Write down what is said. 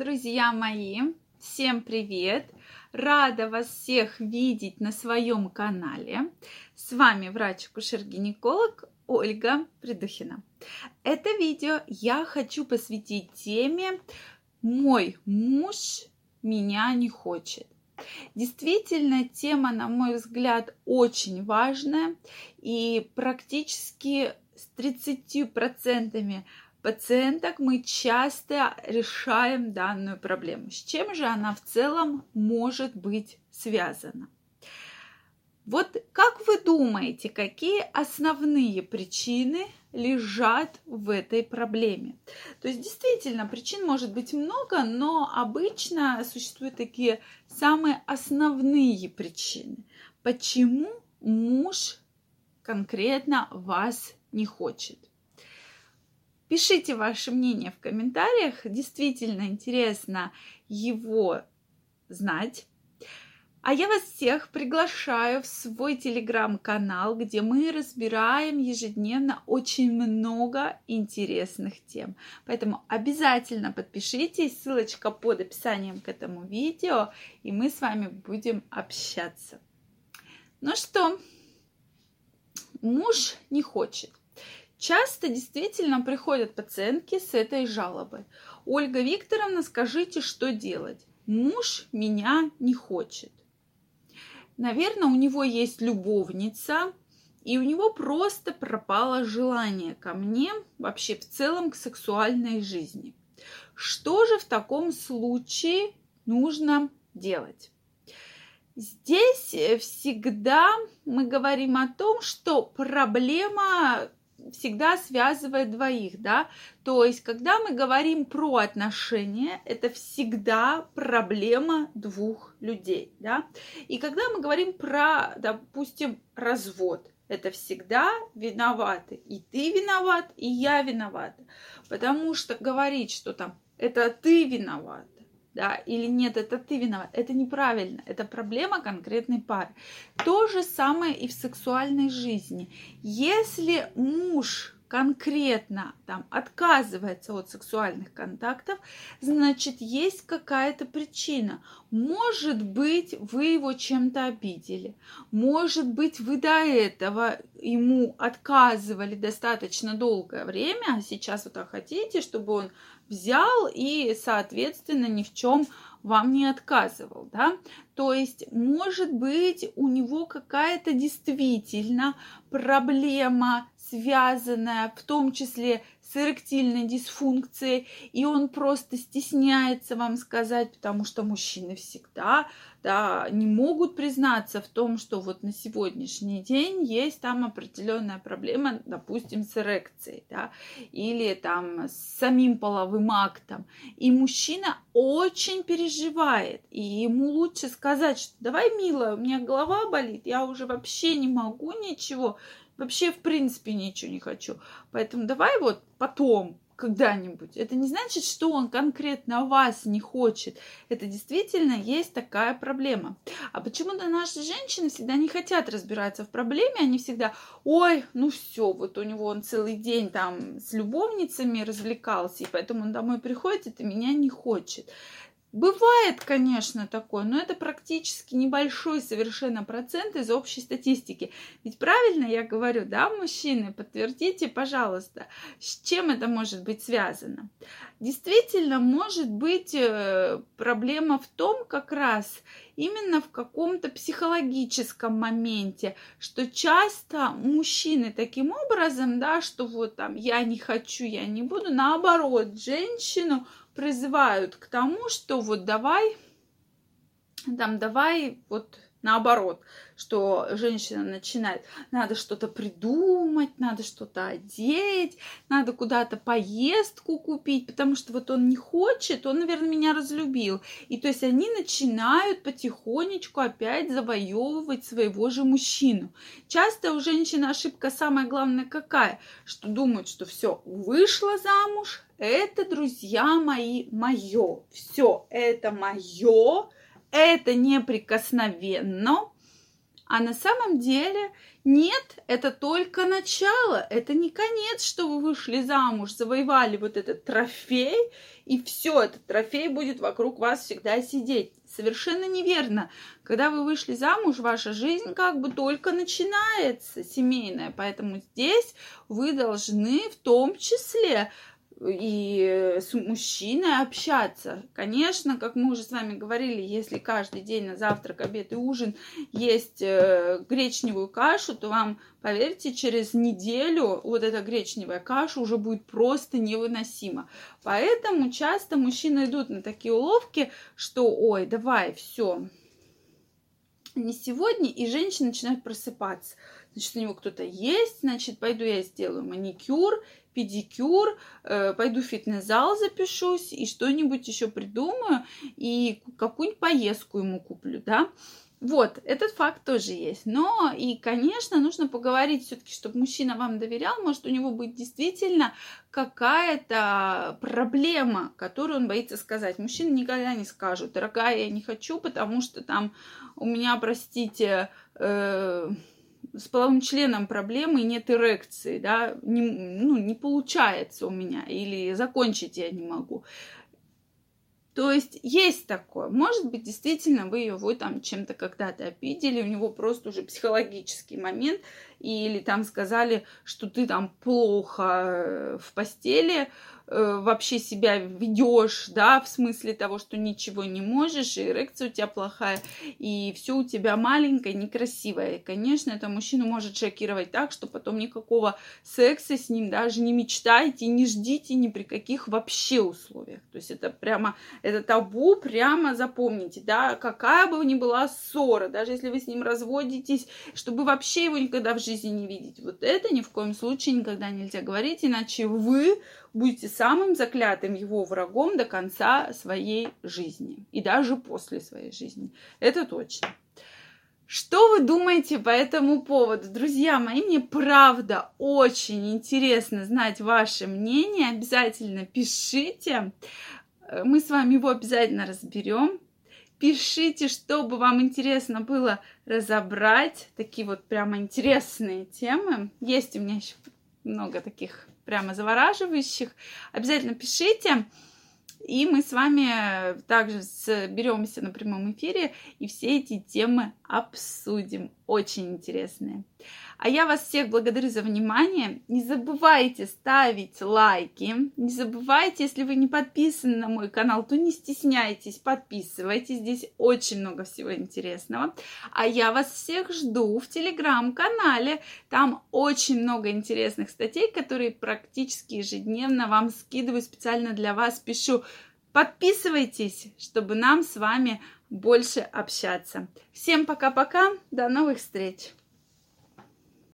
Друзья мои, всем привет! Рада вас всех видеть на своем канале. С вами врач-акушер-гинеколог Ольга Придухина. Это видео я хочу посвятить теме «Мой муж меня не хочет». Действительно, тема, на мой взгляд, очень важная, и практически с 30% пациенток мы часто решаем данную проблему. С чем же она в целом может быть связана? Вот как вы думаете, какие основные причины лежат в этой проблеме? То есть действительно причин может быть много, но обычно существуют такие самые основные причины. Почему муж конкретно вас не хочет? Пишите ваше мнение в комментариях. Действительно интересно его знать. А я вас всех приглашаю в свой телеграм-канал, где мы разбираем ежедневно очень много интересных тем. Поэтому обязательно подпишитесь, ссылочка под описанием к этому видео, и мы с вами будем общаться. Ну что, муж не хочет. Часто действительно приходят пациентки с этой жалобой. Ольга Викторовна, скажите, что делать? Муж меня не хочет. Наверное, у него есть любовница, и у него просто пропало желание ко мне, вообще в целом к сексуальной жизни. Что же в таком случае нужно делать? Здесь всегда мы говорим о том, что проблема всегда связывает двоих, да, то есть, когда мы говорим про отношения, это всегда проблема двух людей, да, и когда мы говорим про, допустим, развод, это всегда виноваты, и ты виноват, и я виновата, потому что говорить, что там, это ты виноват, да, или нет, это ты виноват, это неправильно, это проблема конкретной пары. То же самое и в сексуальной жизни. Если муж конкретно там отказывается от сексуальных контактов, значит, есть какая-то причина. Может быть, вы его чем-то обидели. Может быть, вы до этого ему отказывали достаточно долгое время, а сейчас вот хотите, чтобы он взял и, соответственно, ни в чем вам не отказывал, да? То есть, может быть, у него какая-то действительно проблема, связанная в том числе с эректильной дисфункцией, и он просто стесняется вам сказать, потому что мужчины всегда, да, не могут признаться в том, что вот на сегодняшний день есть там определенная проблема, допустим, с эрекцией, да, или там с самим половым актом. И мужчина очень переживает, и ему лучше сказать, что давай, милая, у меня голова болит, я уже вообще не могу ничего, вообще в принципе ничего не хочу, поэтому давай вот потом, когда-нибудь. Это не значит, что он конкретно вас не хочет. Это действительно есть такая проблема. А почему-то наши женщины всегда не хотят разбираться в проблеме. Они всегда, ой, ну все, вот у него он целый день там с любовницами развлекался, и поэтому он домой приходит и меня не хочет. Бывает, конечно, такое, но это практически небольшой совершенно процент из общей статистики. Ведь правильно я говорю, да, мужчины, подтвердите, пожалуйста, с чем это может быть связано. Действительно, может быть проблема в том, как раз именно в каком-то психологическом моменте, что часто мужчины таким образом, да, что вот там я не хочу, я не буду, наоборот, женщину призывают к тому, что вот давай вот наоборот, что женщина начинает, надо что-то придумать, надо что-то одеть, надо куда-то поездку купить, потому что вот он не хочет, он, наверное, меня разлюбил. И то есть они начинают потихонечку опять завоевывать своего же мужчину. Часто у женщины ошибка самая главная какая? Что думают, что все, вышла замуж, это, друзья мои, мое. Все, это мое. Это неприкосновенно, А на самом деле нет, это только начало, это не конец, что вы вышли замуж, завоевали вот этот трофей, и все, этот трофей будет вокруг вас всегда сидеть. Совершенно неверно. Когда вы вышли замуж, ваша жизнь как бы только начинается, семейная, поэтому здесь вы должны в том числе и с мужчиной общаться. Конечно, как мы уже с вами говорили, если каждый день на завтрак, обед и ужин есть гречневую кашу, то вам, поверьте, через неделю вот эта гречневая каша уже будет просто невыносима. Поэтому часто мужчины идут на такие уловки, что ой, давай, все, не сегодня, и женщина начинает просыпаться. Значит, у него кто-то есть, значит, пойду я сделаю маникюр, педикюр, пойду в фитнес-зал запишусь и что-нибудь еще придумаю, и какую-нибудь поездку ему куплю, да. Вот, этот факт тоже есть. Но и, конечно, нужно поговорить все-таки, чтобы мужчина вам доверял. Может, у него будет действительно какая-то проблема, которую он боится сказать. Мужчина никогда не скажет: дорогая, я не хочу, потому что там у меня, простите, с половым членом проблемы и нет эрекции, да, не получается у меня, или закончить я не могу. То есть такое. Может быть, действительно, вы его там чем-то когда-то обидели, у него просто уже психологический момент, или там сказали, что ты там плохо в постели вообще себя ведешь, да, в смысле того, что ничего не можешь, и эрекция у тебя плохая, и все у тебя маленькое, некрасивое. И, конечно, это мужчину может шокировать так, что потом никакого секса с ним даже не мечтайте, не ждите ни при каких вообще условиях. То есть это прямо, это табу, прямо запомните, да, какая бы ни была ссора, даже если вы с ним разводитесь, чтобы вообще его никогда в жизни не видеть. Вот это ни в коем случае никогда нельзя говорить, иначе вы будете самым заклятым его врагом до конца своей жизни. И даже после своей жизни. Это точно. Что вы думаете по этому поводу? Друзья мои, мне правда очень интересно знать ваше мнение. Обязательно пишите. Мы с вами его обязательно разберем. Пишите, что бы вам интересно было разобрать. Такие вот прямо интересные темы. Есть у меня еще много таких прямо завораживающих. Обязательно пишите. И мы с вами также соберемся на прямом эфире и все эти темы обсудим. Очень интересные. А я вас всех благодарю за внимание. Не забывайте ставить лайки. Не забывайте, если вы не подписаны на мой канал, то не стесняйтесь, подписывайтесь. Здесь очень много всего интересного. А я вас всех жду в телеграм-канале. Там очень много интересных статей, которые практически ежедневно вам скидываю, специально для вас пишу. Подписывайтесь, чтобы нам с вами больше общаться. Всем пока-пока, до новых встреч!